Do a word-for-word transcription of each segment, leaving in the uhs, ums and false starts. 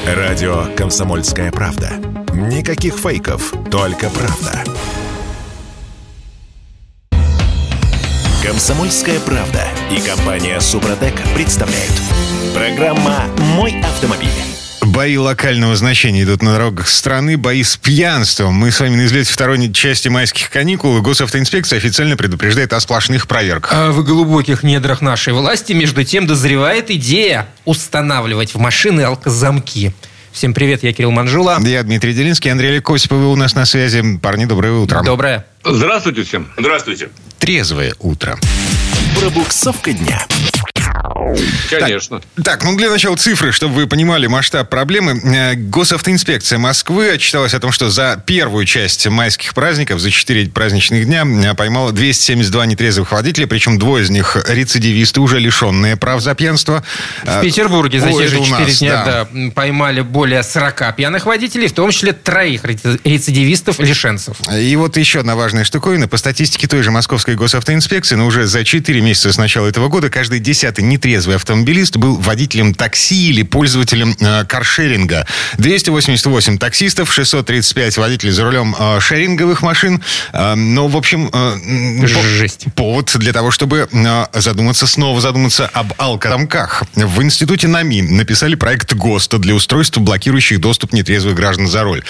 Радио «Комсомольская правда». Никаких фейков, только правда. «Комсомольская правда» и компания «Супротек» представляют. Программа «Мой автомобиль». Бои локального значения идут на дорогах страны, бои с пьянством. Мы с вами на излете второй части майских каникул. Госавтоинспекция официально предупреждает о сплошных проверках. А в глубоких недрах нашей власти, между тем, дозревает идея устанавливать в машины алкозамки. Всем привет, я Кирилл Манжула. Я Дмитрий Делинский, Андрей Олег Осипов у нас на связи. Парни, доброе утро. Доброе. Здравствуйте всем. Здравствуйте. Трезвое утро. Пробуксовка дня. Конечно. Так, так, ну для начала цифры, чтобы вы понимали масштаб проблемы. Госавтоинспекция Москвы отчиталась о том, что за первую часть майских праздников, за четыре праздничных дня, поймала двести семьдесят два нетрезвых водителя, причем двое из них рецидивисты, уже лишенные прав за пьянство. В Петербурге за О, те же четыре нас, дня да. Да, поймали более сорока пьяных водителей, в том числе троих рецидивистов-лишенцев. И вот еще одна важная штуковина. По статистике той же Московской госавтоинспекции, но уже за четыре месяца с начала этого года каждый десятый нетрезвый автомобилист был водителем такси или пользователем э, каршеринга. двести восемьдесят восемь таксистов, шестьсот тридцать пять водителей за рулем э, шеринговых машин. Э, но, в общем, э, Жесть. повод для того, чтобы э, задуматься, снова задуматься об алкозамках. В институте НАМИ написали проект ГОСТа для устройств, блокирующих доступ нетрезвых граждан за руль.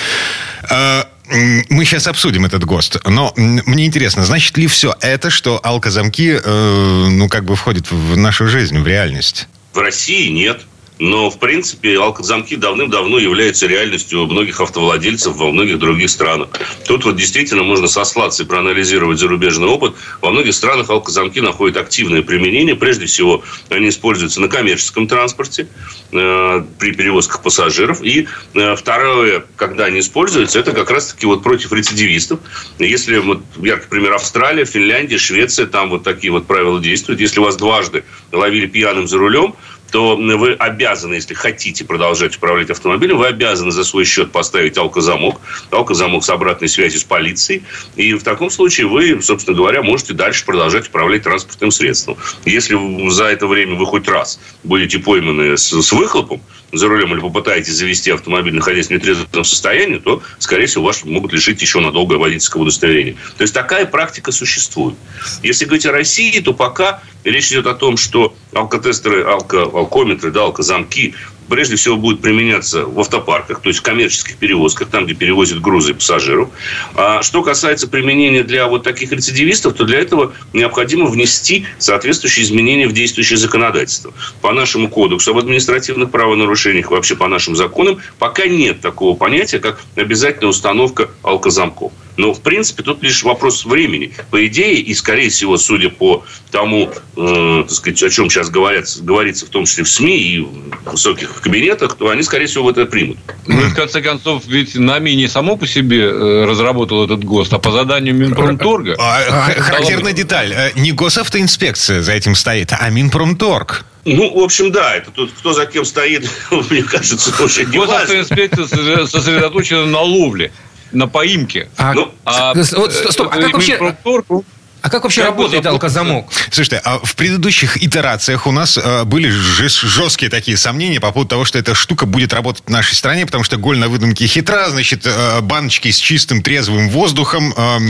Э, Мы сейчас обсудим этот ГОСТ, но мне интересно, значит ли все это, что алкозамки, э, ну, как бы входят в нашу жизнь, в реальность? В России нет. Но, в принципе, алкозамки давным-давно являются реальностью у многих автовладельцев во многих других странах. Тут вот действительно можно сослаться и проанализировать зарубежный опыт. Во многих странах алкозамки находят активное применение. Прежде всего, они используются на коммерческом транспорте э, при перевозках пассажиров. И э, второе, когда они используются, это как раз-таки вот против рецидивистов. Если, вот, яркий пример, Австралия, Финляндия, Швеция, там вот такие вот правила действуют. Если вас дважды ловили пьяным за рулем, то вы обязаны, если хотите продолжать управлять автомобилем, вы обязаны за свой счет поставить алкозамок, алкозамок с обратной связью с полицией. И в таком случае вы, собственно говоря, можете дальше продолжать управлять транспортным средством. Если за это время вы хоть раз будете пойманы с, с выхлопом за рулем или попытаетесь завести автомобиль, находясь в нетрезвом состоянии, то, скорее всего, вас могут лишить еще надолго водительского удостоверения. То есть такая практика существует. Если говорить о России, то пока речь идет о том, что алкотестеры, алко, алкометры, да, алкозамки прежде всего будут применяться в автопарках, то есть в коммерческих перевозках, там, где перевозят грузы и пассажиров. А что касается применения для вот таких рецидивистов, то для этого необходимо внести соответствующие изменения в действующее законодательство. По нашему кодексу об административных правонарушениях, вообще по нашим законам, пока нет такого понятия, как обязательная установка алкозамков. Но, в принципе, тут лишь вопрос времени. По идее, и, скорее всего, судя по тому, э, так сказать, о чем сейчас говорят, говорится, в том числе в СМИ и в высоких кабинетах, то они, скорее всего, это примут. Ну, и, в конце концов, ведь НАМИ не само по себе разработал этот ГОСТ, а по заданию Минпромторга. А, характерная деталь. Не госавтоинспекция за этим стоит, а Минпромторг. Ну, в общем, да, это тут кто за кем стоит, мне кажется, уже не важно. Госавтоинспекция сосредоточена на ловле, на поимке. А, ну, а, вот, стоп, а как вообще... А как вообще как работает алкозамок? Слушайте, а в предыдущих итерациях у нас э, были жесткие такие сомнения по поводу того, что эта штука будет работать в нашей стране, потому что голь на выдумке хитра, значит, э, баночки с чистым трезвым воздухом.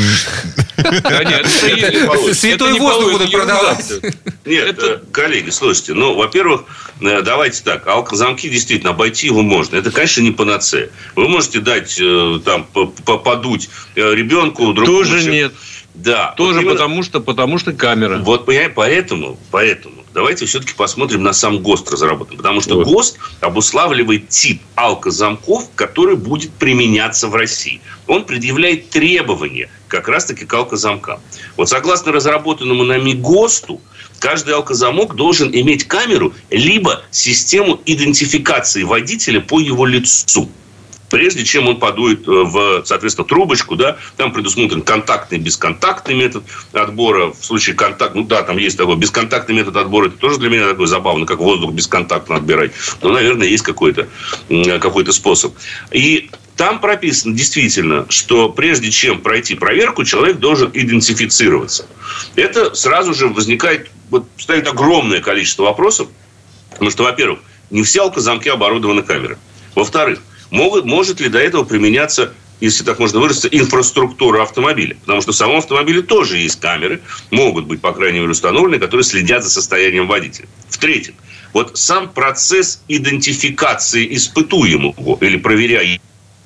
Святой воздух будут продавать. Нет, коллеги, слушайте, ну, во-первых, давайте так, алкозамки действительно обойти его можно. Это, конечно, не панацея. Вы можете дать, там, подуть ребенку, другому. Тоже нет. Да. Тоже вот потому, что, потому что камера. Вот поэтому, поэтому давайте все-таки посмотрим на сам ГОСТ разработанный. Потому что вот. ГОСТ обуславливает тип алкозамков, который будет применяться в России. Он предъявляет требования как раз-таки к алкозамкам. Вот согласно разработанному нами ГОСТу, каждый алкозамок должен иметь камеру либо систему идентификации водителя по его лицу. Прежде чем он подует в, соответственно, трубочку, да, там предусмотрен контактный, бесконтактный метод отбора. В случае контакта, ну да, там есть такой бесконтактный метод отбора. Это тоже для меня такой забавно, как воздух бесконтактно отбирать. Но, наверное, есть какой-то, какой-то способ. И там прописано действительно, что прежде чем пройти проверку, человек должен идентифицироваться. Это сразу же возникает, вот, ставит огромное количество вопросов. Потому что, во-первых, не все алкозамки оборудованы камерой. Во-вторых, могут, может ли до этого применяться, если так можно выразиться, инфраструктура автомобиля? Потому что в самом автомобиле тоже есть камеры, могут быть, по крайней мере, установлены, которые следят за состоянием водителя. В-третьих, вот сам процесс идентификации испытуемого или проверяемого,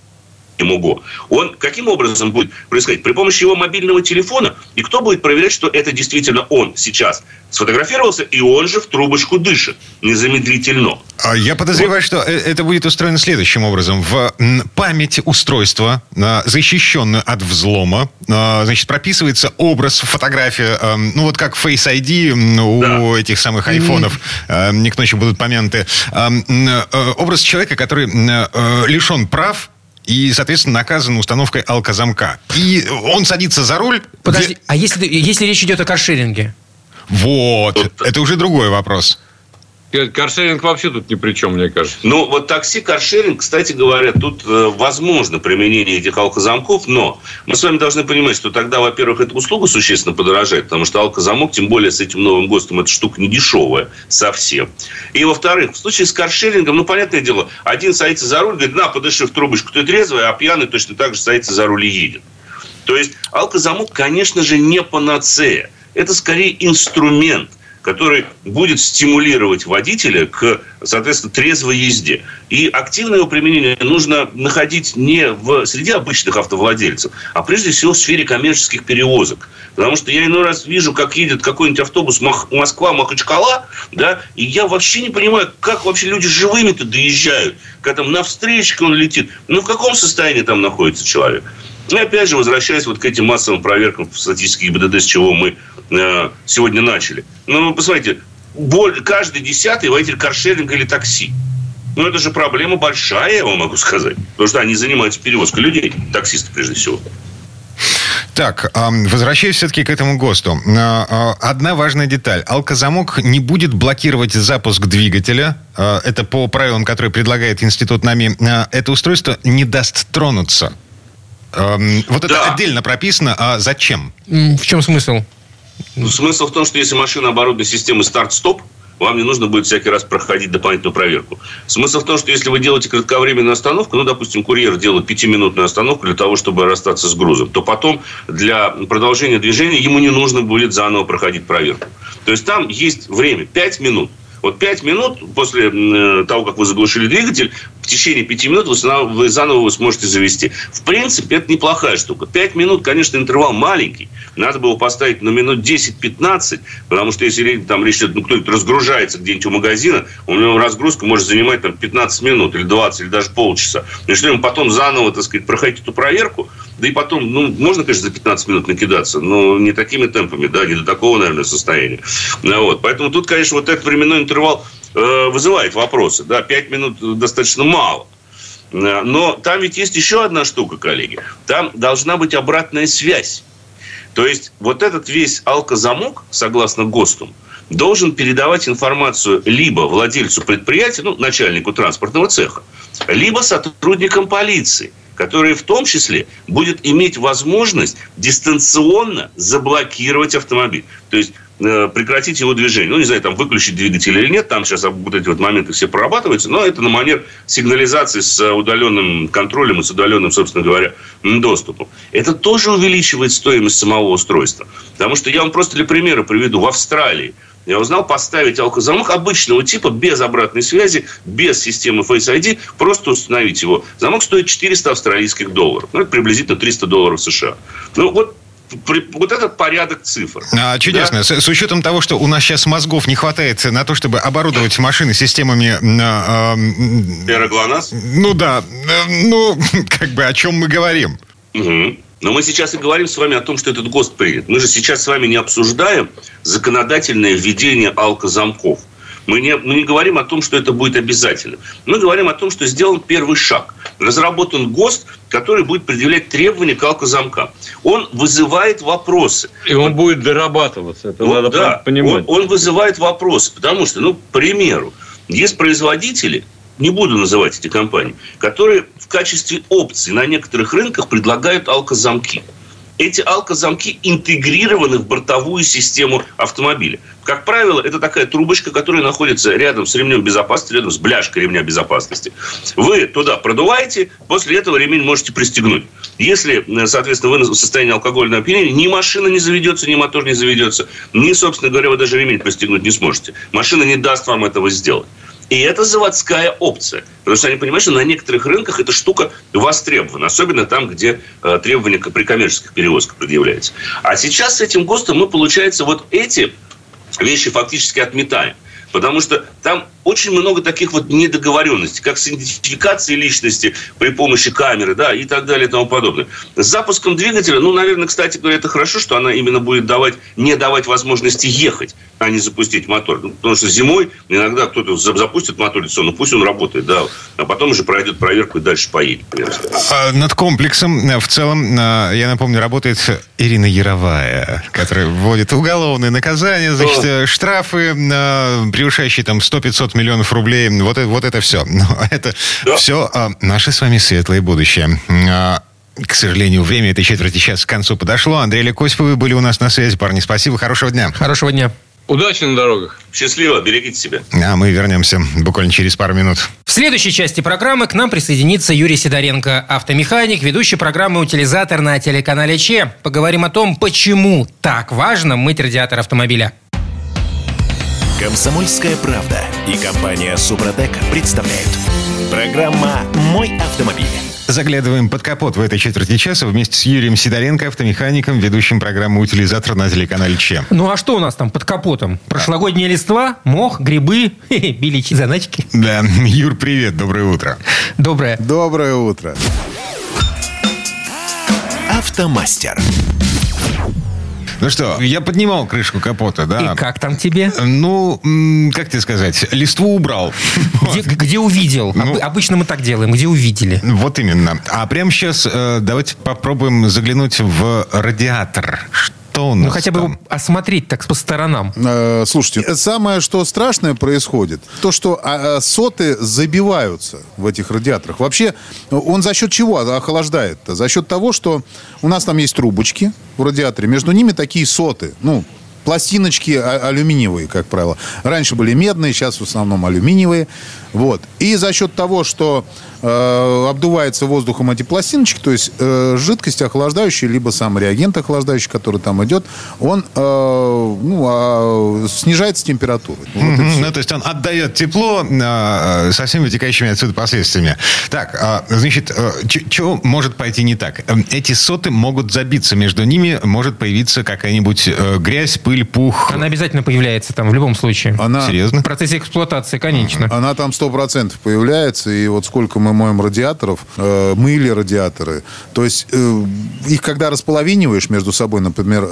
он каким образом будет происходить? При помощи его мобильного телефона? И кто будет проверять, что это действительно он сейчас сфотографировался, и он же в трубочку дышит незамедлительно? Я подозреваю, вот. что это будет устроено следующим образом. В память устройства, защищенную от взлома, значит, прописывается образ, фотография, ну вот как Face ай ди у да. этих самых айфонов, mm-hmm. не к ночи будут помянуты, образ человека, который лишен прав, и, соответственно, наказан установкой алкозамка. И он садится за руль... Подожди, где... а если, если речь идет о каршеринге? Вот, тут... это уже другой вопрос. Каршеринг вообще тут ни при чем, мне кажется. Ну, вот такси, каршеринг, кстати говоря, тут э, возможно применение этих алкозамков, но мы с вами должны понимать, что тогда, во-первых, эта услуга существенно подорожает, потому что алкозамок, тем более с этим новым ГОСТом, эта штука не дешевая совсем. И, во-вторых, в случае с каршерингом, ну, понятное дело, один садится за руль, говорит, на, подыши в трубочку, ты трезвый, а пьяный точно так же садится за руль и едет. То есть алкозамок, конечно же, не панацея. Это скорее инструмент, который будет стимулировать водителя к, соответственно, трезвой езде. И активное его применение нужно находить не в среде обычных автовладельцев, а прежде всего в сфере коммерческих перевозок. Потому что я иной раз вижу, как едет какой-нибудь автобус Москва-Махачкала, да, и я вообще не понимаю, как вообще люди живыми-то доезжают, когда там навстречу он летит. Ну, в каком состоянии там находится человек? И опять же, возвращаясь вот к этим массовым проверкам в статистике ГИБДД, с чего мы э, сегодня начали. Ну, посмотрите, боль, каждый десятый водитель каршеринга или такси. Ну, это же проблема большая, я вам могу сказать. Потому что они занимаются перевозкой людей, таксисты прежде всего. Так, возвращаясь все-таки к этому ГОСТу. Одна важная деталь. Алкозамок не будет блокировать запуск двигателя. Это по правилам, которые предлагает Институт НАМИ. Это устройство не даст тронуться. Вот это да. отдельно прописано. А зачем? В чем смысл? Ну, смысл в том, что если машина оборудована системой старт-стоп, вам не нужно будет всякий раз проходить дополнительную проверку. Смысл в том, что если вы делаете кратковременную остановку, ну, допустим, курьер делает пятиминутную остановку для того, чтобы расстаться с грузом, то потом для продолжения движения ему не нужно будет заново проходить проверку. То есть там есть время пять минут. Вот пять минут после того, как вы заглушили двигатель, в течение пяти минут вы заново вы сможете завести. В принципе, это неплохая штука. пять минут, конечно, интервал маленький. Надо было поставить на минут десять-пятнадцать, потому что если там речь идет, ну, кто-нибудь разгружается где-нибудь у магазина, у него разгрузка может занимать там пятнадцать минут, или двадцать, или даже полчаса. И что ему потом заново, так сказать, проходить эту проверку, да и потом, ну, можно, конечно, за пятнадцать минут накидаться, но не такими темпами, да, не до такого, наверное, состояния. Ну, вот. Поэтому тут, конечно, вот этот временной интервал э, вызывает вопросы. Да, пять минут достаточно мало. Но там ведь есть еще одна штука, коллеги. Там должна быть обратная связь. То есть, вот этот весь алкозамок, согласно ГОСТу, должен передавать информацию либо владельцу предприятия, ну, начальнику транспортного цеха, либо сотрудникам полиции, который в том числе будет иметь возможность дистанционно заблокировать автомобиль. То есть э, прекратить его движение. Ну, не знаю, там выключить двигатель или нет. Там сейчас вот эти вот моменты все прорабатываются. Но это на манер сигнализации с удаленным контролем и с удаленным, собственно говоря, доступом. Это тоже увеличивает стоимость самого устройства. Потому что я вам просто для примера приведу. В Австралии я узнал, поставить алкозамок обычного типа, без обратной связи, без системы Face ай ди, просто установить его. Замок стоит четыреста австралийских долларов. Ну, это приблизительно триста долларов США. Ну, вот, вот этот порядок цифр. А, чудесно. Да? С, с учетом того, что у нас сейчас мозгов не хватает на то, чтобы оборудовать машины системами... А, а, Эроглонасс? Ну да. Ну, как бы о чем мы говорим? Угу. Но мы сейчас и говорим с вами о том, что этот ГОСТ принят. Мы же сейчас с вами не обсуждаем законодательное введение алкозамков. Мы не, мы не говорим о том, что это будет обязательно. Мы говорим о том, что сделан первый шаг. Разработан ГОСТ, который будет предъявлять требования к алкозамкам. Он вызывает вопросы. И он будет дорабатываться. Это вот, надо да, понимать. Он, он вызывает вопросы. Потому что, ну, к примеру, есть производители, не буду называть эти компании, которые в качестве опции на некоторых рынках предлагают алкозамки. эти алкозамки интегрированы в бортовую систему автомобиля. Как правило, это такая трубочка, которая находится рядом с ремнем безопасности, рядом с бляшкой ремня безопасности. Вы туда продуваете, после этого ремень можете пристегнуть. Если, соответственно, вы в состоянии алкогольного опьянения, ни машина не заведется, ни мотор не заведется, ни, собственно говоря, вы даже ремень пристегнуть не сможете. Машина не даст вам этого сделать. И это заводская опция. Потому что они понимают, что на некоторых рынках эта штука востребована. Особенно там, где э, требования при коммерческих перевозках предъявляются. А сейчас с этим ГОСТом мы, получается, вот эти вещи фактически отметаем. Потому что там очень много таких вот недоговоренностей, как с идентификацией личности при помощи камеры, да, и так далее и тому подобное. С запуском двигателя, ну, наверное, кстати говоря, это хорошо, что она именно будет давать, не давать возможности ехать, а не запустить мотор. Ну, потому что зимой иногда кто-то запустит мотор, ну, пусть он работает, да, а потом уже пройдет проверку и дальше поедет. А над комплексом в целом, я напомню, работает Ирина Яровая, которая вводит уголовные наказания, значит, О. штрафы, превышающие там сто-пятьсот миллионов рублей. Вот это, вот это все. Но это да. все а, наше с вами светлое будущее. А, к сожалению, время этой четверти часа к концу подошло. Андрей Олег Осиповы были у нас на связи. Парни, спасибо. Хорошего дня. Хорошего дня. Удачи на дорогах. Счастливо. Берегите себя. А мы вернемся буквально через пару минут. В следующей части программы к нам присоединится Юрий Сидоренко, автомеханик, ведущий программы «Утилизатор» на телеканале ЧЕ. Поговорим о том, почему так важно мыть радиатор автомобиля. «Комсомольская правда» и компания «Супротек» представляют. Программа «Мой автомобиль». Заглядываем под капот в этой четверти часа вместе с Юрием Сидоренко, автомехаником, ведущим программы «Утилизатор» на телеканале ЧЕ. Ну а что у нас там под капотом? Прошлогодние листва, мох, грибы, беличьи заначки. Да. Юр, привет, доброе утро. Доброе. Доброе утро. «Автомастер». Ну что, я поднимал крышку капота, да. И как там тебе? Ну, как тебе сказать, листву убрал. Где, где увидел? Ну, обычно мы так делаем, где увидели. Вот именно. А прямо сейчас э, давайте попробуем заглянуть в радиатор. Что у нас Ну, хотя бы там? его осмотреть так по сторонам. Э, слушайте, самое, что страшное происходит, то, что э, соты забиваются в этих радиаторах. Вообще, он за счет чего охлаждает-то? За счет того, что у нас там есть трубочки в радиаторе, между ними такие соты, ну, пластиночки а- алюминиевые, как правило. Раньше были медные, сейчас в основном алюминиевые. Вот. И за счет того, что э, обдувается воздухом эти пластиночки, то есть э, жидкость охлаждающая, либо сам реагент охлаждающий, который там идет, он э, ну, э, снижается температурой. Вот mm-hmm. Ну, то есть он отдает тепло э, со всеми вытекающими отсюда последствиями. Так, э, значит, э, что может пойти не так? Эти соты могут забиться, между ними может появиться какая-нибудь э, грязь, пыль, пух. Она обязательно появляется там в любом случае. Она... Серьезно? В процессе эксплуатации, конечно. Она там сто процентов появляется, и вот сколько мы моем радиаторов, э, мыли радиаторы, то есть э, их когда располовиниваешь между собой, например,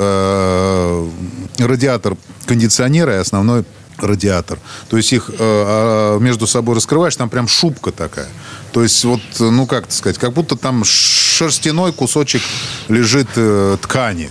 э, радиатор кондиционера и основной радиатор, то есть их э, между собой раскрываешь, там прям шубка такая. То есть вот, ну как это сказать, как будто там шерстяной кусочек лежит э, ткани.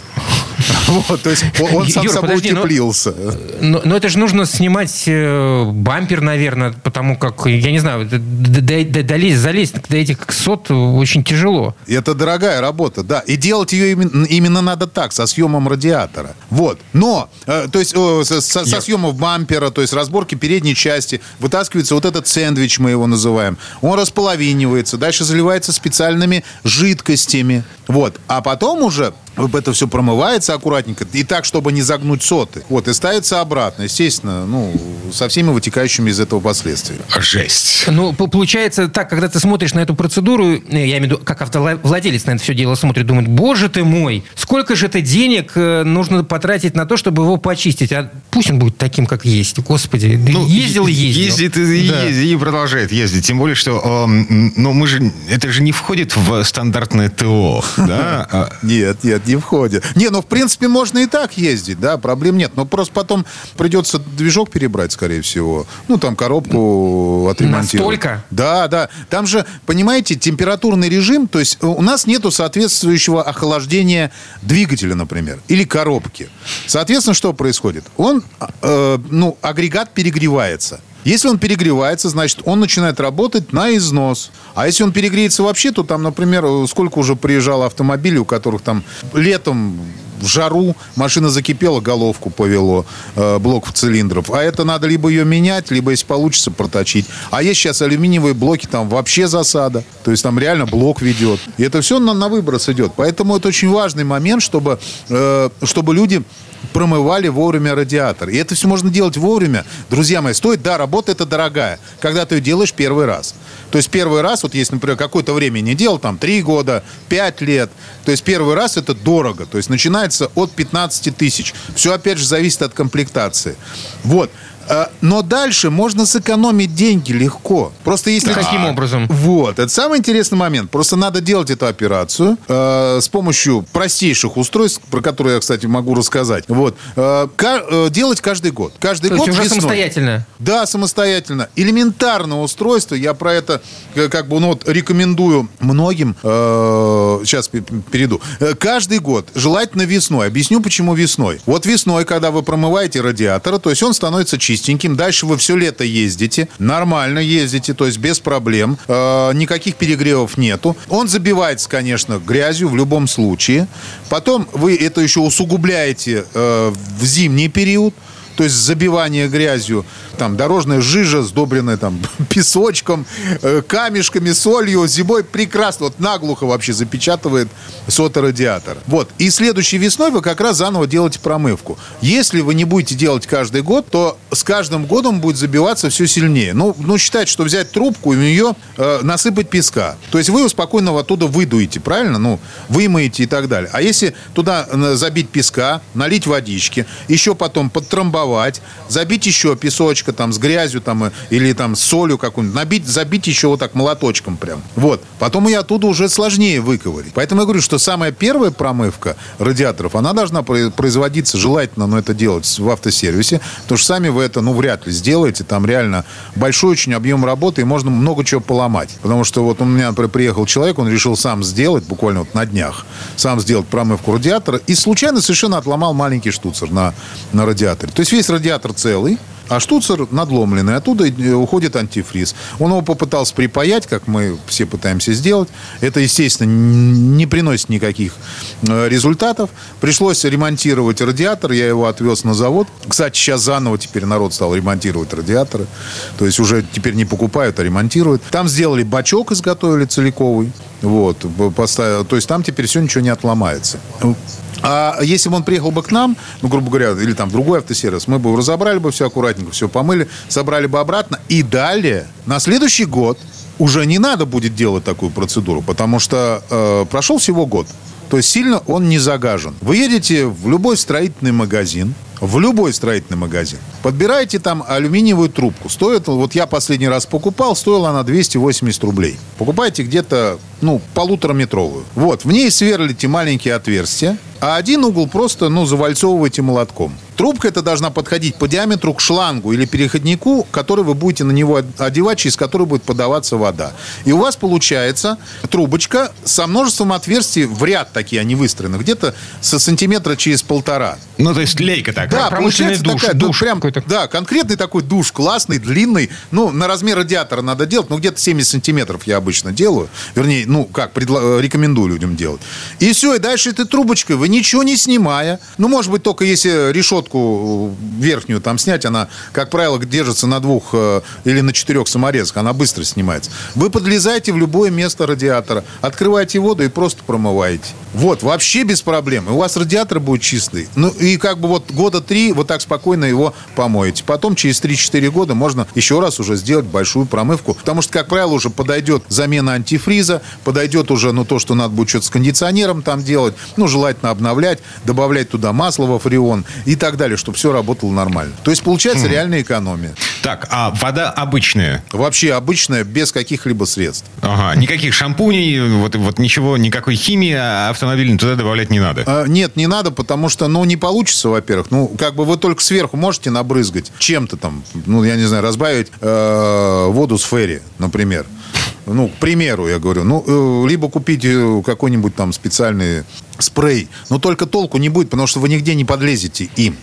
Вот, то есть он сам Юр, собой подожди, утеплился. Но, но это же нужно снимать э, бампер, наверное, потому как, я не знаю, д- д- д- долезть, залезть до этих сот очень тяжело. Это дорогая работа, да. И делать ее именно, именно надо так, со съемом радиатора. Вот. Но, э, то есть э, со, со, со съемов бампера, то есть разборки передней части, вытаскивается вот этот сэндвич, мы его называем. Он располовинивается, дальше заливается специальными жидкостями. Вот. А потом уже это все промывается аккуратненько, и так, чтобы не загнуть соты. Вот, и ставится обратно, естественно, ну, со всеми вытекающими из этого последствиями. Жесть. Ну, получается так, когда ты смотришь на эту процедуру, я имею в виду, как автовладелец на это все дело смотрит, думает, боже ты мой, сколько же это денег нужно потратить на то, чтобы его почистить, а пусть он будет таким, как есть. Господи, ну, ездил и ездил. Ездит и, да. ездит, и продолжает ездить. Тем более, что э, ну, мы же, это же не входит в стандартное ТО, да? Нет, нет, не входит. Не, ну, в принципе, можно и так ездить, да, проблем нет. Но просто потом придется движок перебрать, скорее всего. Ну, там коробку отремонтировать. Настолько? Да, да. Там же, понимаете, температурный режим, то есть у нас нету соответствующего охлаждения двигателя, например, или коробки. Соответственно, что происходит? Он, э, ну, агрегат перегревается. Если он перегревается, значит, он начинает работать на износ. А если он перегреется вообще, то там, например, сколько уже приезжало автомобилей, у которых там летом в жару машина закипела, головку повело, э, блок цилиндров. А это надо либо ее менять, либо, если получится, проточить. А есть сейчас алюминиевые блоки, там вообще засада. То есть там реально блок ведет. И это все на, на выброс идет. Поэтому это очень важный момент, чтобы, э, чтобы люди промывали вовремя радиатор. И это все можно делать вовремя. Друзья мои, стоит, да, работа это дорогая, когда ты ее делаешь первый раз. То есть первый раз, вот если, например, какое-то время не делал, там, три года, пять лет, то есть первый раз это дорого. То есть начинается от пятнадцати тысяч. Все, опять же, зависит от комплектации. Вот. Но дальше можно сэкономить деньги легко. Просто если... Каким образом? Вот. Это самый интересный момент. Просто надо делать эту операцию э, с помощью простейших устройств, про которые я, кстати, могу рассказать. Вот. Э, ка- делать каждый год. Каждый То год есть уже весной. самостоятельно? Да, самостоятельно. Элементарное устройство. Я про это как бы ну, вот, рекомендую многим. Э, сейчас перейду. Каждый год. Желательно весной. Объясню, почему весной. Вот весной, когда вы промываете радиатор, то есть он становится чистым. Дальше вы все лето ездите, нормально ездите, то есть без проблем, э, никаких перегревов нету. Он забивается, конечно, грязью в любом случае. Потом вы это еще усугубляете э, в зимний период. То есть забивание грязью, там, дорожная жижа, сдобренная там песочком, э, камешками, солью, зимой прекрасно, вот наглухо вообще запечатывает соты радиатора. Вот. И следующей весной вы как раз заново делаете промывку. Если вы не будете делать каждый год, то с каждым годом будет забиваться все сильнее. Ну, ну считайте, что взять трубку и в нее э, насыпать песка. То есть вы его спокойно оттуда выдуете, правильно? Ну, вымоете и так далее. А если туда забить песка, налить водички, еще потом подтрамбовать, забить еще песочка там с грязью там, или там с солью какую-нибудь, набить, забить еще вот так молоточком прям. Вот. Потом ее оттуда уже сложнее выковырить. Поэтому я говорю, что самая первая промывка радиаторов, она должна производиться, желательно, но это делать в автосервисе, потому что сами вы это, ну, вряд ли сделаете. Там реально большой очень объем работы, и можно много чего поломать. Потому что вот у меня, например, приехал человек, он решил сам сделать, буквально вот на днях, сам сделать промывку радиатора, и случайно совершенно отломал маленький штуцер на, на радиаторе. То есть весь радиатор целый, а штуцер надломленный. Оттуда уходит антифриз. Он его попытался припаять, как мы все пытаемся сделать. Это, естественно, не приносит никаких результатов. Пришлось ремонтировать радиатор. Я его отвез на завод. Кстати, сейчас заново теперь народ стал ремонтировать радиаторы. То есть уже теперь не покупают, а ремонтируют. Там сделали бачок, изготовили целиковый. Вот. Поставили. То есть там теперь все, ничего не отломается. А если бы он приехал бы к нам, ну, грубо говоря, или там в другой автосервис, мы бы разобрали бы все аккуратненько, все помыли, собрали бы обратно. И далее, на следующий год, уже не надо будет делать такую процедуру, потому что э, прошел всего год. То есть сильно он не загажен. Вы едете в любой строительный магазин, в любой строительный магазин, подбираете там алюминиевую трубку. Стоит, вот я последний раз покупал, стоила она двести восемьдесят рублей. Покупайте где-то, ну, полутораметровую. Вот, в ней сверлите маленькие отверстия, а один угол просто, ну, завальцовываете молотком. Трубка эта должна подходить по диаметру к шлангу или переходнику, который вы будете на него одевать, через который будет подаваться вода. И у вас получается трубочка со множеством отверстий в ряд такие, они выстроены, где-то со сантиметра через полтора. Ну, то есть лейка такая. Да, промышленный получается душ, такая, душ прям, какой-то. да, конкретный такой душ, классный, длинный. Ну, на размер радиатора надо делать, ну, где-то семьдесят сантиметров я обычно делаю. Вернее, ну, как, предла- рекомендую людям делать. И все, и дальше этой трубочкой вы ничего не снимая, ну, может быть, только если решетку верхнюю там снять, она, как правило, держится на двух э, или на четырех саморезах, она быстро снимается. Вы подлезаете в любое место радиатора, открываете воду и просто промываете. Вот, вообще без проблем. И у вас радиатор будет чистый. Ну, и как бы вот года три вот так спокойно его помоете. Потом через три-четыре года можно еще раз уже сделать большую промывку. Потому что, как правило, уже подойдет замена антифриза, подойдет уже, ну, то, что надо будет что-то с кондиционером там делать, ну, желательно обновлять, добавлять туда масло во фреон и так далее, чтобы все работало нормально. То есть получается хм. реальная экономия. Так, а вода обычная? Вообще обычная, без каких-либо средств. Ага, никаких шампуней, вот, вот ничего, никакой химии автомобильной туда добавлять не надо? А, нет, не надо, потому что, ну, не получится, во-первых. Ну, как бы вы только сверху можете набрызгать чем-то там, ну, я не знаю, разбавить э, воду с ферри, например. Ну, к примеру, я говорю. Ну, э, либо купить какой-нибудь там специальный спрей. Но только толку не будет, потому что вы нигде не подлезете им.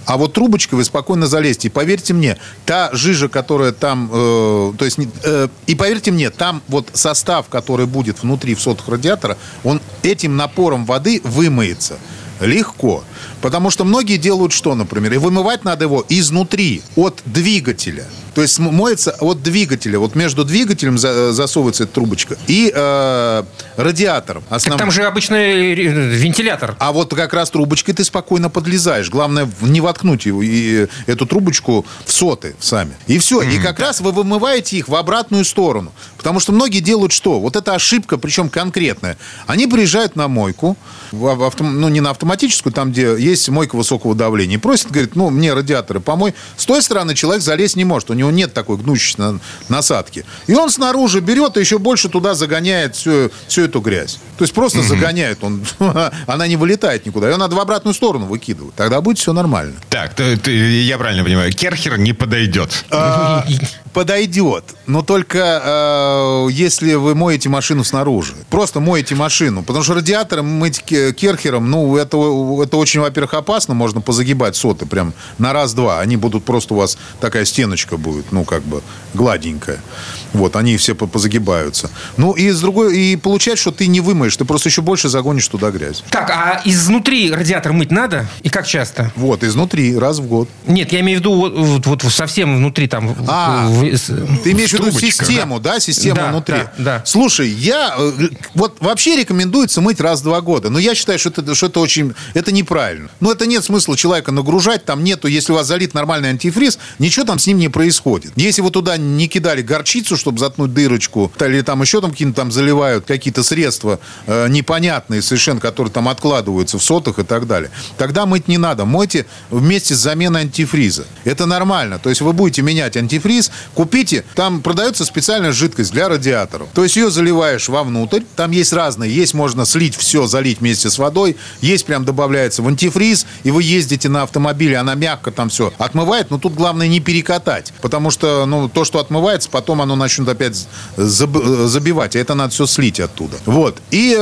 А вот трубочкой вы спокойно залезете. И поверьте мне, та жижа, которая там... Э, то есть, э, и поверьте мне, там вот состав, который будет внутри в сотах радиатора, он этим напором воды вымоется. Легко. Потому что многие делают что, например? И вымывать надо его изнутри, от двигателя. То есть моется от двигателя. Вот между двигателем засовывается эта трубочка и э, радиатором. Основным. Так там же обычный вентилятор. А вот как раз трубочкой ты спокойно подлезаешь. Главное не воткнуть его, и эту трубочку в соты сами. И все. Mm-hmm. И как раз вы вымываете их в обратную сторону. Потому что многие делают что? Вот эта ошибка, причем конкретная. Они приезжают на мойку, в авто, ну не на автоматическую, там, где есть мойка высокого давления. И просят, говорит, ну, мне радиаторы помой. С той стороны человек залезть не может. У него нет такой гнущейся насадки. И он снаружи берет и еще больше туда загоняет всю, всю эту грязь. То есть просто mm-hmm. загоняет. Он, она не вылетает никуда. Ее надо в обратную сторону выкидывать. Тогда будет все нормально. Так, ты, ты, я правильно понимаю, керхер не подойдет. А, подойдет. Но только а, если вы моете машину снаружи. Просто моете машину. Потому что радиатором мыть керхером, ну, это, это очень, во-первых, опасно. Можно позагибать соты прям на раз-два. Они будут просто у вас такая стеночка будет, ну, как бы гладенькая. Вот, они все позагибаются. Ну, и с другой, и получается, что ты не вымоешь, ты просто еще больше загонишь туда грязь. Так, а изнутри радиатор мыть надо? И как часто? Вот, изнутри, раз в год. Нет, я имею в виду вот, вот совсем внутри там. А, в, ты имеешь в виду систему, да? да? Систему да, внутри. Да, да. Слушай, я, вот вообще рекомендуется мыть раз в два года, но я считаю, что это, что это очень, это неправильно. Ну, это нет смысла человека нагружать, там нету, если у вас залит нормальный антифриз, ничего там с ним не происходит. Если вы туда не кидали горчицу, чтобы заткнуть дырочку, или там еще там какие-то там заливают какие-то средства э, непонятные совершенно, которые там откладываются в сотах и так далее, тогда мыть не надо. Мойте вместе с заменой антифриза. Это нормально. То есть вы будете менять антифриз, купите, там продается специальная жидкость для радиаторов. То есть ее заливаешь вовнутрь, там есть разные, есть можно слить все, залить вместе с водой, есть прям добавляется в антифриз, и вы ездите на автомобиле, она мягко там все отмывает, но тут главное не перекатать, потому что, ну, то, что отмывается, потом оно начнет опять забивать, а это надо все слить оттуда. Вот. И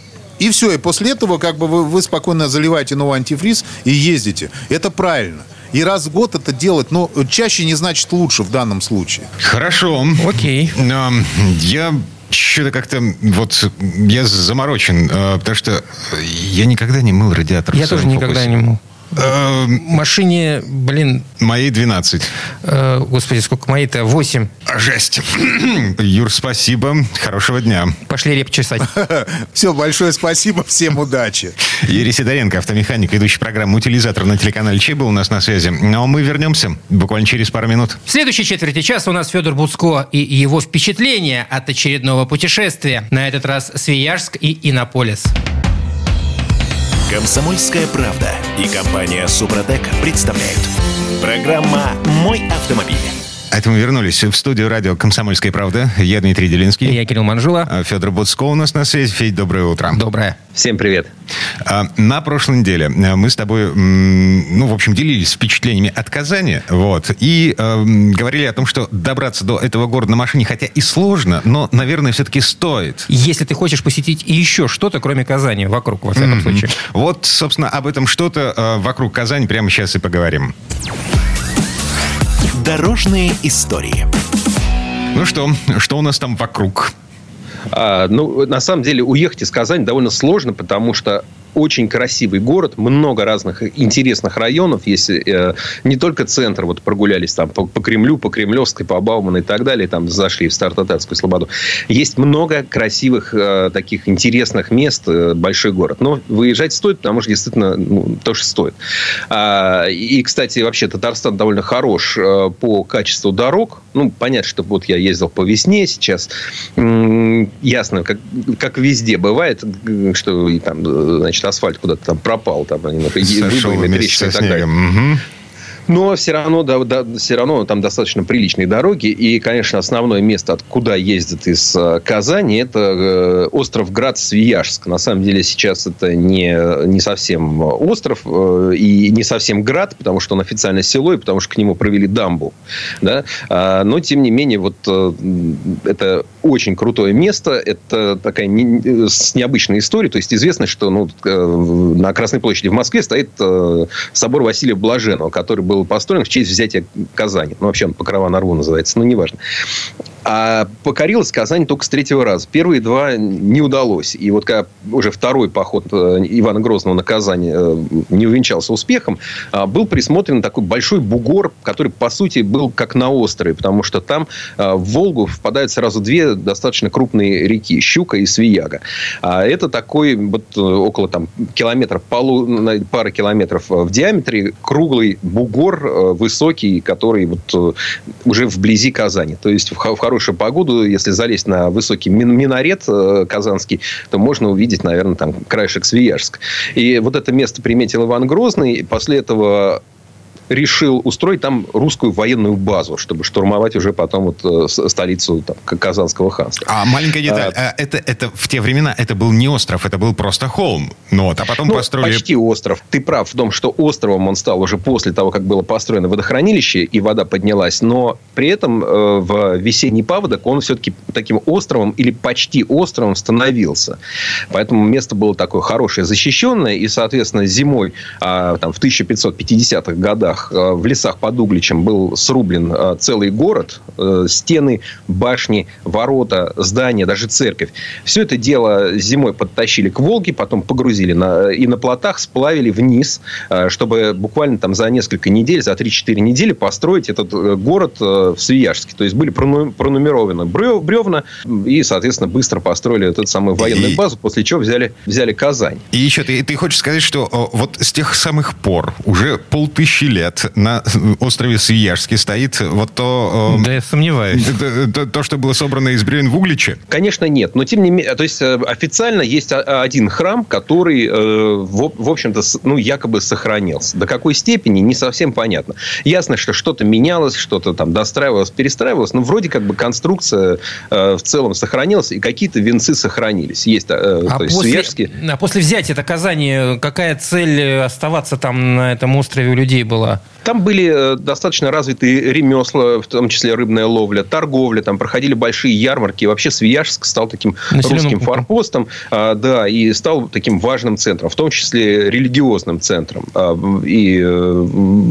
И все, и после этого как бы вы, вы спокойно заливаете новый антифриз и ездите. Это правильно. И раз в год это делать, но чаще не значит лучше в данном случае. Хорошо. Окей. Я... Что-то как-то вот я заморочен, потому что я никогда не мыл радиатор. Я тоже никогда не мыл. Машине, блин... Моей двенадцать. Господи, сколько моей-то? восемь. Жесть. Юр, спасибо. Хорошего дня. Пошли реп чесать. Все, большое спасибо. Всем удачи. Юрий Сидоренко, автомеханик, ведущий программы «Утилизатор» на телеканале Че был у нас на связи. Но мы вернемся буквально через пару минут. В следующей четверти часа у нас Федор Буцко и его впечатления от очередного путешествия. На этот раз Свияжск и Иннополис. «Комсомольская правда» и компания «Супротек» представляют. Программа «Мой автомобиль». А это мы вернулись в студию радио «Комсомольская правда». Я Дмитрий Делинский. И я Кирилл Манжула. Федор Буцко у нас на связи. Федь, доброе утро. Доброе. Всем привет. На прошлой неделе мы с тобой, ну, в общем, делились впечатлениями от Казани, вот, и э, говорили о том, что добраться до этого города на машине, хотя и сложно, но, наверное, все-таки стоит. Если ты хочешь посетить еще что-то, кроме Казани, вокруг, во всяком mm-hmm. случае. Вот, собственно, об этом что-то э, вокруг Казани прямо сейчас и поговорим. Дорожные истории. Ну что, что у нас там вокруг? А, ну, на самом деле, уехать из Казани довольно сложно, потому что очень красивый город, много разных интересных районов. Есть э, не только центр, вот прогулялись там по, по Кремлю, по Кремлевской, по Бауману и так далее, там зашли в Старо-Татарскую слободу. Есть много красивых э, таких интересных мест, э, большой город. Но выезжать стоит, потому что действительно ну, тоже стоит. А, и, кстати, вообще Татарстан довольно хорош э, по качеству дорог. Ну, понятно, что вот я ездил по весне сейчас. М- ясно, как, как везде бывает, что и там, значит, асфальт куда-то там пропал, там они выбоины, трещины и так далее. Угу. Но все равно, да, да, все равно там достаточно приличные дороги. И, конечно, основное место, откуда ездят из Казани, это остров Град-Свияжск. На самом деле сейчас это не, не совсем остров и не совсем град, потому что он официально село, и потому что к нему провели дамбу. Да? Но, тем не менее, вот это очень крутое место. Это такая не, с необычной историей. То есть известно, что ну, на Красной площади в Москве стоит собор Василия Блаженного, который был построен в честь взятия Казани. Ну, вообще он Покрова на рву называется, но неважно. А покорилась Казань только с третьего раза. Первые два не удалось. И вот когда уже второй поход Ивана Грозного на Казань не увенчался успехом, был присмотрен такой большой бугор, который, по сути, был как на острове. Потому что там в Волгу впадают сразу две достаточно крупные реки. Щука и Свияга. А это такой вот около там, километра, полу, пары километров в диаметре круглый бугор высокий, который вот уже вблизи Казани. То есть в хорошую погоду, если залезть на высокий минарет э, казанский, то можно увидеть, наверное, там краешек Свияжск. И вот это место приметил Иван Грозный. И после этого решил устроить там русскую военную базу, чтобы штурмовать уже потом вот столицу там, Казанского ханства. А маленькая деталь. А, это, это в те времена это был не остров, это был просто холм. Но, а потом ну, построили... Почти остров. Ты прав в том, что островом он стал уже после того, как было построено водохранилище, и вода поднялась. Но при этом э, в весенний паводок он все-таки таким островом или почти островом становился. Поэтому место было такое хорошее, защищенное. И, соответственно, зимой э, там, в тысяча пятьсот пятидесятых годах в лесах под Угличем был срублен целый город. Стены, башни, ворота, здания, даже церковь. Все это дело зимой подтащили к Волге, потом погрузили на, и на плотах сплавили вниз, чтобы буквально там за несколько недель, за три-четыре недели построить этот город в Свияжске. То есть были пронумерованы бревна и, соответственно, быстро построили эту самую военную базу, после чего взяли, взяли Казань. И еще ты, ты хочешь сказать, что вот с тех самых пор, уже полтысячи лет, на острове Свияжске стоит вот то... Да, я сомневаюсь. То, то, то, что было собрано из бревен в Угличе? Конечно, нет. Но, тем не менее... То есть, официально есть один храм, который, в, в общем-то, ну, якобы сохранился. До какой степени, не совсем понятно. Ясно, что что-то менялось, что-то там достраивалось, перестраивалось, но вроде как бы конструкция в целом сохранилась, и какие-то венцы сохранились. Есть, а, то есть, после, Свияжские... а после взятия Казани какая цель оставаться там на этом острове у людей была? Там были достаточно развитые ремесла, в том числе рыбная ловля, торговля, там проходили большие ярмарки. И вообще Свияжск стал таким населенным русским пунктом. Форпостом, а, да, и стал таким важным центром, в том числе религиозным центром. А, и а,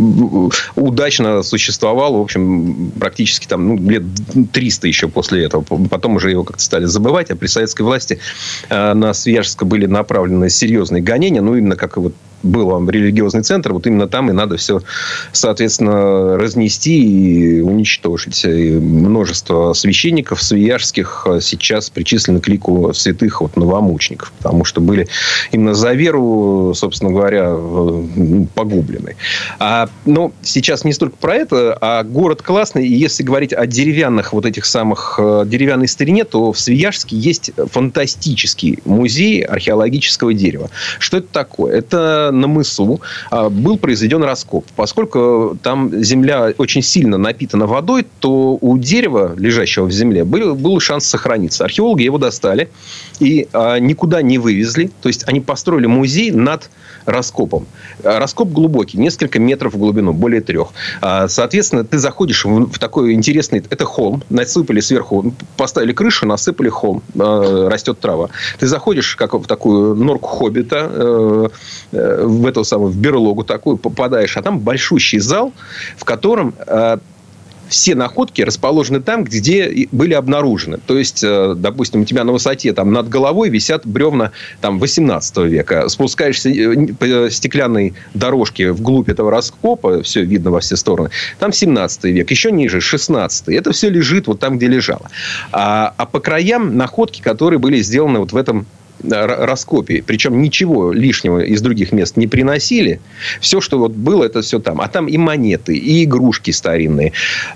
удачно существовал, в общем, практически там, ну, лет триста еще после этого. Потом уже его как-то стали забывать, а при советской власти а, на Свияжск были направлены серьезные гонения, ну, именно как и вот был религиозный центр, вот именно там и надо все, соответственно, разнести и уничтожить. И множество священников свияжских сейчас причислены к лику святых вот, новомучеников, потому что были именно за веру, собственно говоря, погублены. А, но сейчас не столько про это, а город классный. И если говорить о деревянных вот этих самых деревянной старине, то в Свияжске есть фантастический музей археологического дерева. Что это такое? Это на мысу был произведен раскоп. Поскольку там земля очень сильно напитана водой, то у дерева, лежащего в земле, был, был шанс сохраниться. Археологи его достали и а, никуда не вывезли. То есть, они построили музей над раскопом. Раскоп глубокий, несколько метров в глубину, более трех. А, соответственно, ты заходишь в, в такой интересный... Это холм. Насыпали сверху, поставили крышу, насыпали холм. А, растет трава. Ты заходишь как в такую норку хоббита, э, в эту самую, в берлогу такую попадаешь, а там большущий зал, в котором э, все находки расположены там, где были обнаружены. То есть, э, допустим, у тебя на высоте там, над головой висят бревна там, восемнадцатого века. Спускаешься по стеклянной дорожке вглубь этого раскопа, все видно во все стороны, там семнадцатый век, еще ниже шестнадцатый. Это все лежит вот там, где лежало. А, а по краям находки, которые были сделаны вот в этом раскопе. Причем ничего лишнего из других мест не приносили. Все, что вот было, это все там. А там и монеты, и игрушки старинные,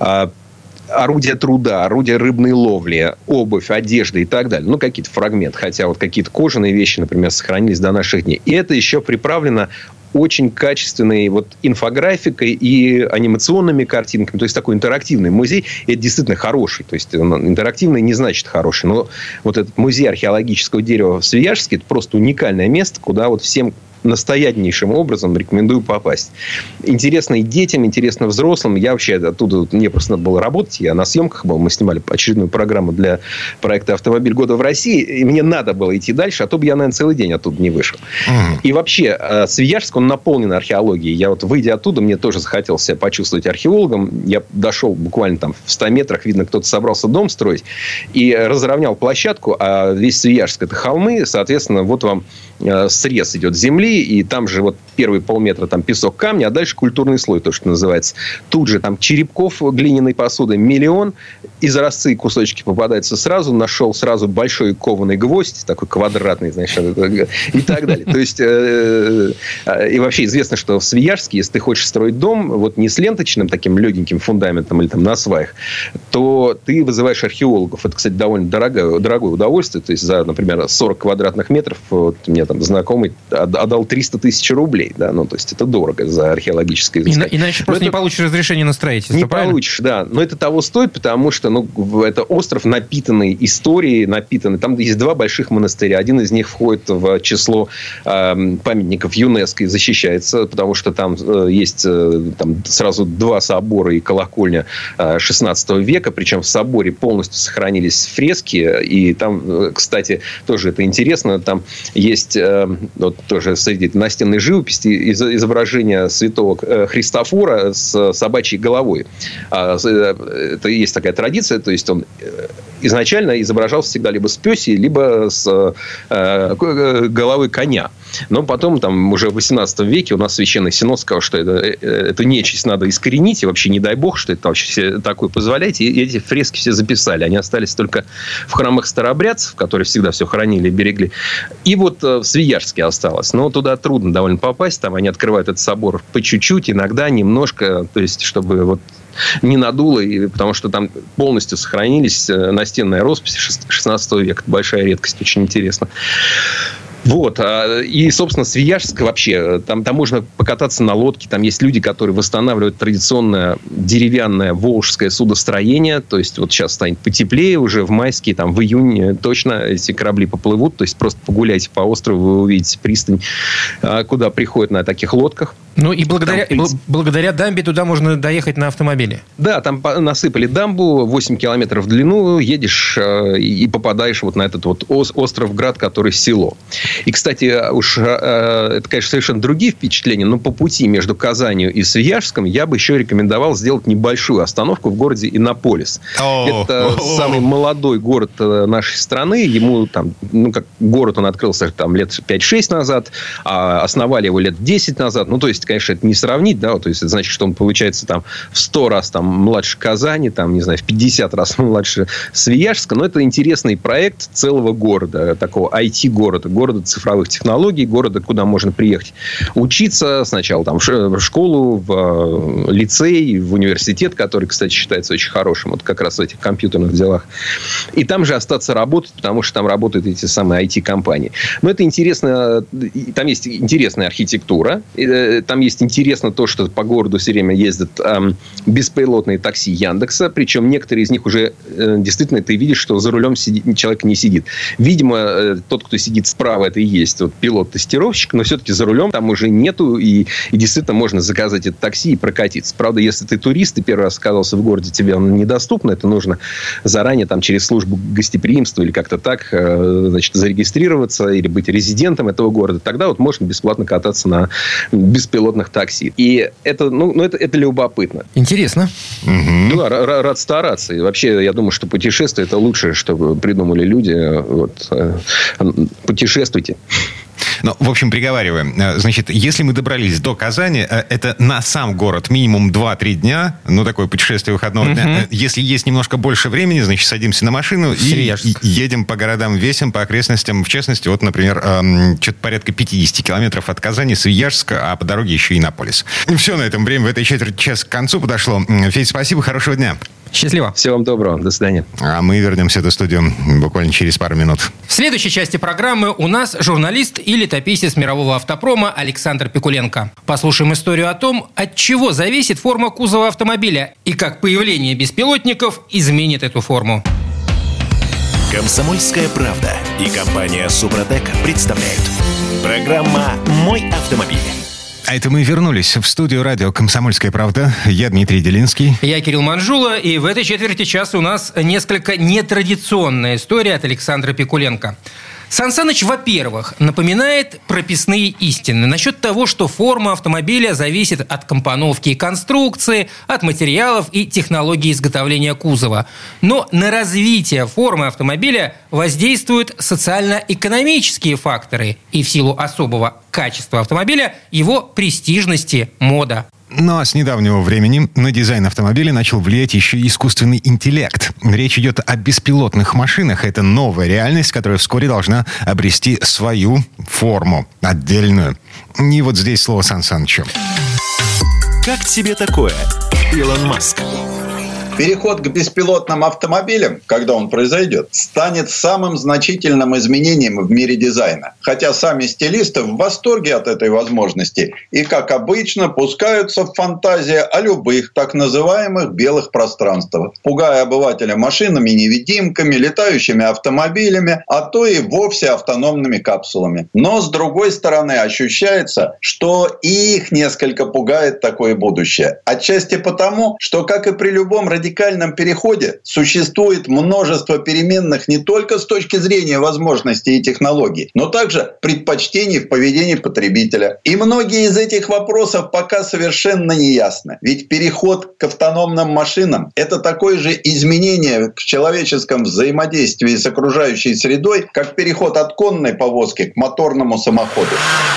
орудия труда, орудия рыбной ловли, обувь, одежда и так далее. Ну, какие-то фрагменты. Хотя вот какие-то кожаные вещи, например, сохранились до наших дней. И это еще приправлено очень качественной вот инфографикой и анимационными картинками. То есть такой интерактивный музей. И это действительно хороший. То есть интерактивный не значит хороший. Но вот этот музей археологического дерева в Свияжске — это просто уникальное место, куда вот всем настоятельнейшим образом рекомендую попасть. Интересно и детям, интересно взрослым. Я вообще оттуда, мне просто надо было работать. Я на съемках был. Мы снимали очередную программу для проекта «Автомобиль года в России». И мне надо было идти дальше, а то бы я, наверное, целый день оттуда не вышел. Mm. И вообще, Свияжск, он наполнен археологией. Я вот, выйдя оттуда, мне тоже захотелось себя почувствовать археологом. Я дошел буквально там в ста метрах. Видно, кто-то собрался дом строить. И разровнял площадку. А весь Свияжск — это холмы. Соответственно, вот вам срез идет земли, и там же вот первые полметра там песок, камни, а дальше культурный слой, то, что называется. Тут же там черепков глиняной посуды миллион, изразцы и кусочки попадаются сразу, нашел сразу большой кованый гвоздь, такой квадратный, знаешь, и так далее. То есть, и вообще известно, что в Свияжске, если ты хочешь строить дом, вот не с ленточным таким легеньким фундаментом или там на сваях, то ты вызываешь археологов. Это, кстати, довольно дорогое, дорогое удовольствие. То есть, за, например, сорок квадратных метров, вот, мне там знакомый отдал триста тысяч рублей. Да? Ну, то есть, это дорого за археологическое изыскание. И, иначе просто это... не получишь разрешение на строительство, Не правильно? получишь, да. Но это того стоит, потому что ну, это остров, напитанный историей, напитанный. Там есть два больших монастыря. Один из них входит в число э, памятников ЮНЕСКО и защищается, потому что там э, есть э, там, сразу два собора и колокольня э, шестнадцатого века. Причем в соборе полностью сохранились фрески. И там, кстати, тоже это интересно, там есть э, вот, тоже среди настенной живописи изображение святого Христофора с собачьей головой. Это есть такая традиция, то есть он изначально изображался всегда либо с пёсей, либо с головы коня. Но потом, там, уже в восемнадцатом веке у нас Священный Синод сказал, что это, эту нечисть надо искоренить, и вообще не дай бог, что это вообще такое позволяете. И эти фрески все записали. Они остались только в храмах старообрядцев, которые всегда все хранили и берегли. И вот в Свияжске осталось. Но туда трудно довольно попасть. Там они открывают этот собор по чуть-чуть, иногда немножко, то есть, чтобы вот не надуло, и, потому что там полностью сохранились настенная роспись шестнадцатого века. Это большая редкость, очень интересно. Вот. И, собственно, Свияжск вообще, там, там можно покататься на лодке. Там есть люди, которые восстанавливают традиционное деревянное волжское судостроение. То есть, вот сейчас станет потеплее уже в майские, там, в июне точно эти корабли поплывут. То есть, просто погуляйте по острову, вы увидите пристань, куда приходят на таких лодках. Ну, и благодаря, там, благодаря дамбе туда можно доехать на автомобиле. Да, там насыпали дамбу, восемь километров в длину, едешь и попадаешь вот на этот вот остров-град, который село. И, кстати, уж это, конечно, совершенно другие впечатления, но по пути между Казанью и Свияжском я бы еще рекомендовал сделать небольшую остановку в городе Иннополис. Oh. Это oh. самый молодой город нашей страны. Ему там, ну, как город он открылся там лет пять-шесть назад, а основали его лет десять назад. Ну, то есть, конечно, это не сравнить, да, то есть это значит, что он получается там в сто раз там младше Казани, там, не знаю, в пятьдесят раз младше Свияжска, но это интересный проект целого города, такого ай ти-города, города цифровых технологий, города, куда можно приехать учиться сначала там в школу, в лицей, в университет, который, кстати, считается очень хорошим, вот как раз в этих компьютерных делах, и там же остаться работать, потому что там работают эти самые ай ти-компании. Но это интересно, там есть интересная архитектура, там есть интересно то, что по городу все время ездят эм, беспилотные такси Яндекса. Причем некоторые из них уже э, действительно ты видишь, что за рулем сидит, человек не сидит. Видимо, э, тот, кто сидит справа, это и есть вот пилот-тестировщик, но все-таки за рулем там уже нету. И, и действительно можно заказать это такси и прокатиться. Правда, если ты турист и первый раз оказался в городе, тебе оно недоступно. Это нужно заранее там, через службу гостеприимства или как-то так э, значит, зарегистрироваться или быть резидентом этого города. Тогда вот можно бесплатно кататься на беспилотном такси. И это, ну, ну, это, это любопытно. Интересно. Угу. Да, р- рад стараться. И вообще, я думаю, что путешествие — это лучшее, что придумали люди. Вот. Путешествуйте. Ну, в общем, приговариваем. Значит, если мы добрались до Казани, это на сам город минимум два-три дня. Ну, такое путешествие выходного uh-huh. дня. Если есть немножко больше времени, значит, садимся на машину и, и едем по городам, весим, по окрестностям. В частности, вот, например, эм, что-то порядка пятьдесят километров от Казани, Свияжска, а по дороге еще и Иннополис. Все на этом время в этой четверти часа к концу подошло. Федь, спасибо, хорошего дня. Счастливо. Всего вам доброго. До свидания. А мы вернемся в студию буквально через пару минут. В следующей части программы у нас журналист и летописец мирового автопрома Александр Пикуленко. Послушаем историю о том, от чего зависит форма кузова автомобиля и как появление беспилотников изменит эту форму. «Комсомольская правда» и компания «Супротек» представляют. Программа «Мой автомобиль». А это мы вернулись в студию радио «Комсомольская правда». Я Дмитрий Делинский. Я Кирилл Манжула. И в этой четверти часа у нас несколько нетрадиционная история от Александра Пикуленко. Сан Саныч, во-первых, напоминает прописные истины насчет того, что форма автомобиля зависит от компоновки и конструкции, от материалов и технологии изготовления кузова. Но на развитие формы автомобиля воздействуют социально-экономические факторы и в силу особого качества автомобиля его престижности, мода. Ну а с недавнего времени на дизайн автомобиля начал влиять еще и искусственный интеллект. Речь идет о беспилотных машинах. Это новая реальность, которая вскоре должна обрести свою форму, отдельную. И вот здесь слово Сан Санычу. Как тебе такое, Илон Маск? Переход к беспилотным автомобилям, когда он произойдет, станет самым значительным изменением в мире дизайна. Хотя сами стилисты в восторге от этой возможности и, как обычно, пускаются в фантазии о любых так называемых белых пространствах, пугая обывателя машинами-невидимками, летающими автомобилями, а то и вовсе автономными капсулами. Но, с другой стороны, ощущается, что и их несколько пугает такое будущее. Отчасти потому, что, как и при любом радикальном радикальном переходе существует множество переменных не только с точки зрения возможностей и технологий, но также предпочтений в поведении потребителя. И многие из этих вопросов пока совершенно не ясны. Ведь переход к автономным машинам – это такое же изменение в человеческом взаимодействии с окружающей средой, как переход от конной повозки к моторному самоходу.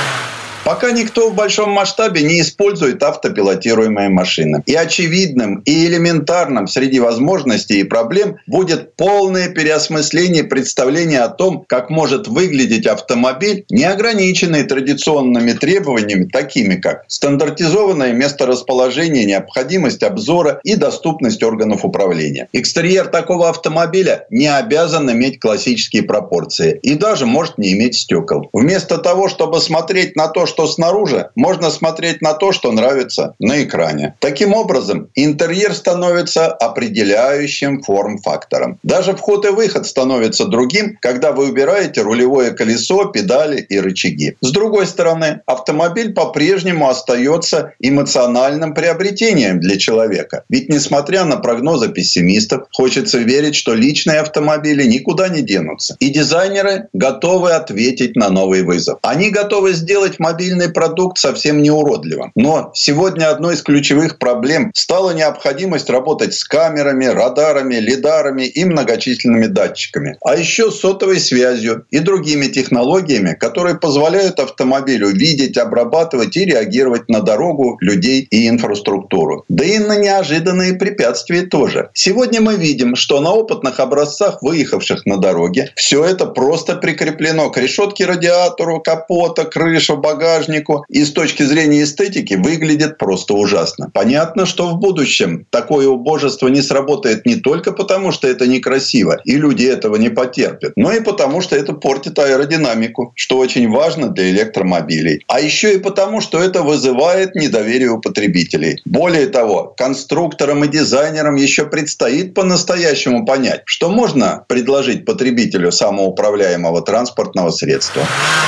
Пока никто в большом масштабе не использует автопилотируемые машины. И очевидным, и элементарным среди возможностей и проблем будет полное переосмысление представления о том, как может выглядеть автомобиль, не ограниченный традиционными требованиями, такими как стандартизованное месторасположение, необходимость обзора и доступность органов управления. Экстерьер такого автомобиля не обязан иметь классические пропорции и даже может не иметь стекол. Вместо того, чтобы смотреть на то, что снаружи, можно смотреть на то, что нравится на экране. Таким образом, интерьер становится определяющим форм-фактором. Даже вход и выход становится другим, когда вы убираете рулевое колесо, педали и рычаги. С другой стороны, автомобиль по-прежнему остается эмоциональным приобретением для человека. Ведь, несмотря на прогнозы пессимистов, хочется верить, что личные автомобили никуда не денутся. И дизайнеры готовы ответить на новый вызов. Они готовы сделать мобильный продукт совсем не уродливым. Но сегодня одной из ключевых проблем стала необходимость работать с камерами, радарами, лидарами и многочисленными датчиками. А еще с сотовой связью и другими технологиями, которые позволяют автомобилю видеть, обрабатывать и реагировать на дорогу, людей и инфраструктуру. Да и на неожиданные препятствия тоже. Сегодня мы видим, что на опытных образцах, выехавших на дороге, все это просто прикреплено к решетке радиатору, капота, крыше, багажнику, и с точки зрения эстетики выглядит просто ужасно. Понятно, что в будущем такое убожество не сработает не только потому, что это некрасиво, и люди этого не потерпят, но и потому, что это портит аэродинамику, что очень важно для электромобилей. А еще и потому, что это вызывает недоверие у потребителей. Более того, конструкторам и дизайнерам еще предстоит по-настоящему понять, что можно предложить потребителю самоуправляемого транспортного средства.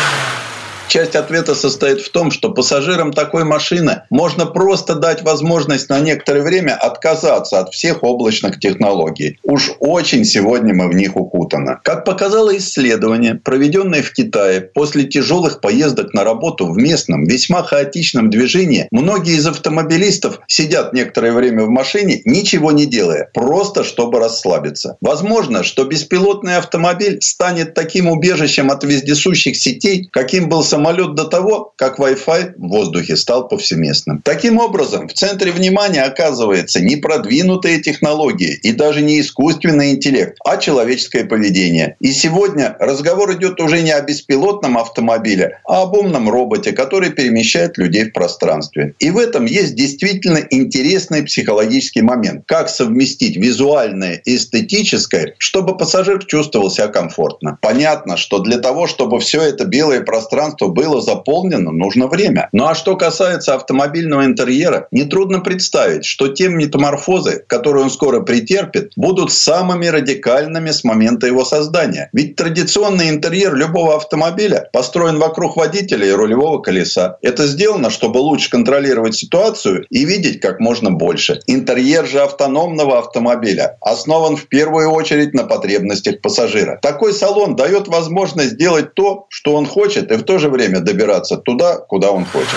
Часть ответа состоит в том, что пассажирам такой машины можно просто дать возможность на некоторое время отказаться от всех облачных технологий. Уж очень сегодня мы в них укутаны. Как показало исследование, проведенное в Китае, после тяжелых поездок на работу в местном, весьма хаотичном движении, многие из автомобилистов сидят некоторое время в машине, ничего не делая, просто чтобы расслабиться. Возможно, что беспилотный автомобиль станет таким убежищем от вездесущих сетей, каким был самолет самолет до того, как Wi-Fi в воздухе стал повсеместным. Таким образом, в центре внимания оказывается не продвинутые технологии и даже не искусственный интеллект, а человеческое поведение. И сегодня разговор идет уже не о беспилотном автомобиле, а об умном роботе, который перемещает людей в пространстве. И в этом есть действительно интересный психологический момент. Как совместить визуальное и эстетическое, чтобы пассажир чувствовал себя комфортно. Понятно, что для того, чтобы все это белое пространство было заполнено, нужно время. Ну а что касается автомобильного интерьера, нетрудно представить, что те метаморфозы, которые он скоро претерпит, будут самыми радикальными с момента его создания. Ведь традиционный интерьер любого автомобиля построен вокруг водителя и рулевого колеса. Это сделано, чтобы лучше контролировать ситуацию и видеть как можно больше. Интерьер же автономного автомобиля основан в первую очередь на потребностях пассажира. Такой салон дает возможность делать то, что он хочет, и в то же время добираться туда, куда он хочет.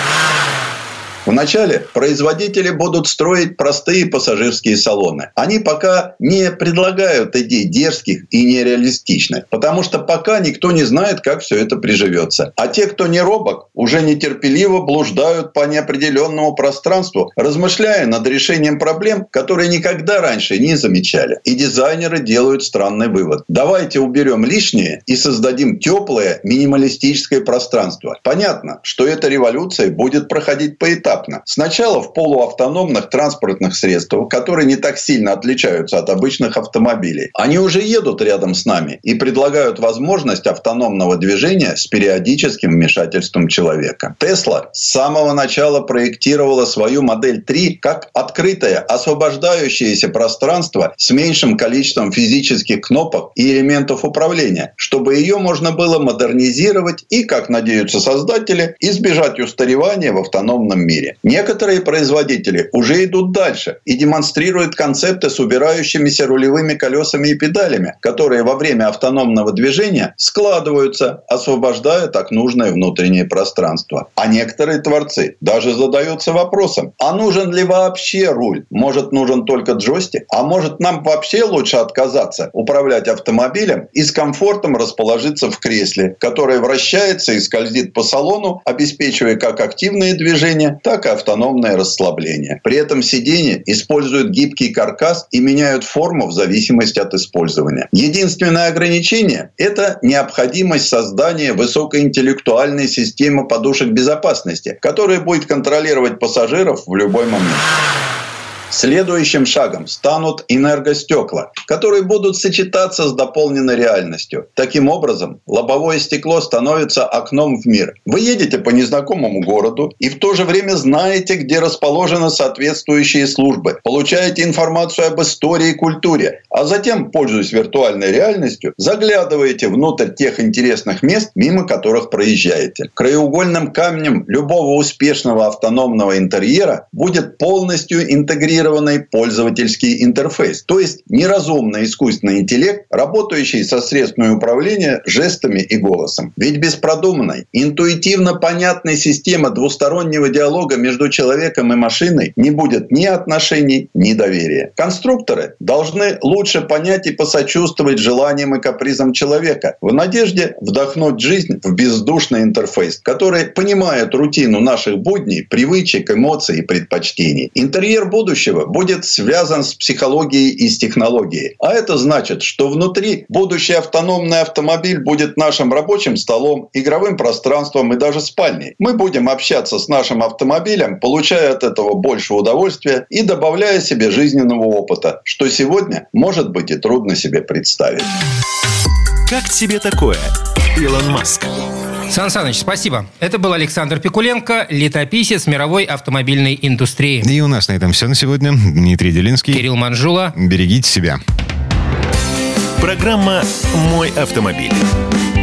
Вначале производители будут строить простые пассажирские салоны. Они пока не предлагают идей дерзких и нереалистичных, потому что пока никто не знает, как все это приживется. А те, кто не робок, уже нетерпеливо блуждают по неопределенному пространству, размышляя над решением проблем, которые никогда раньше не замечали. И дизайнеры делают странный вывод. Давайте уберем лишнее и создадим теплое минималистическое пространство. Понятно, что эта революция будет проходить поэтапно. Сначала в полуавтономных транспортных средствах, которые не так сильно отличаются от обычных автомобилей. Они уже едут рядом с нами и предлагают возможность автономного движения с периодическим вмешательством человека. Tesla с самого начала проектировала свою модель три как открытое, освобождающееся пространство с меньшим количеством физических кнопок и элементов управления, чтобы ее можно было модернизировать и, как надеются создатели, избежать устаревания в автономном мире. Некоторые производители уже идут дальше и демонстрируют концепты с убирающимися рулевыми колесами и педалями, которые во время автономного движения складываются, освобождая так нужное внутреннее пространство. А некоторые творцы даже задаются вопросом, а нужен ли вообще руль? Может, нужен только джойстик? А может, нам вообще лучше отказаться управлять автомобилем и с комфортом расположиться в кресле, которое вращается и скользит по салону, обеспечивая как активные движения, так и автономное расслабление. При этом сиденья используют гибкий каркас и меняют форму в зависимости от использования. Единственное ограничение – это необходимость создания высокоинтеллектуальной системы подушек безопасности, которая будет контролировать пассажиров в любой момент. Следующим шагом станут энергостекла, которые будут сочетаться с дополненной реальностью. Таким образом, лобовое стекло становится окном в мир. Вы едете по незнакомому городу и в то же время знаете, где расположены соответствующие службы. Получаете информацию об истории и культуре, а затем, пользуясь виртуальной реальностью, заглядываете внутрь тех интересных мест, мимо которых проезжаете. Краеугольным камнем любого успешного автономного интерьера будет полностью интегрированный пользовательский интерфейс, то есть неразумный искусственный интеллект, работающий со средствами управления жестами и голосом. Ведь без продуманной, интуитивно понятной системы двустороннего диалога между человеком и машиной не будет ни отношений, ни доверия. Конструкторы должны лучше понять и посочувствовать желаниям и капризам человека в надежде вдохнуть жизнь в бездушный интерфейс, который понимает рутину наших будней, привычек, эмоций и предпочтений. Интерьер будущего будет связан с психологией и с технологией. А это значит, что внутри будущий автономный автомобиль будет нашим рабочим столом, игровым пространством и даже спальней. Мы будем общаться с нашим автомобилем, получая от этого больше удовольствия и добавляя себе жизненного опыта, что сегодня, может быть, и трудно себе представить. Как тебе такое, Илон Маск? Сан Саныч, спасибо. Это был Александр Пикуленко, летописец мировой автомобильной индустрии. И у нас на этом все на сегодня. Дмитрий Делинский. Кирилл Манжула. Берегите себя. Программа «Мой автомобиль».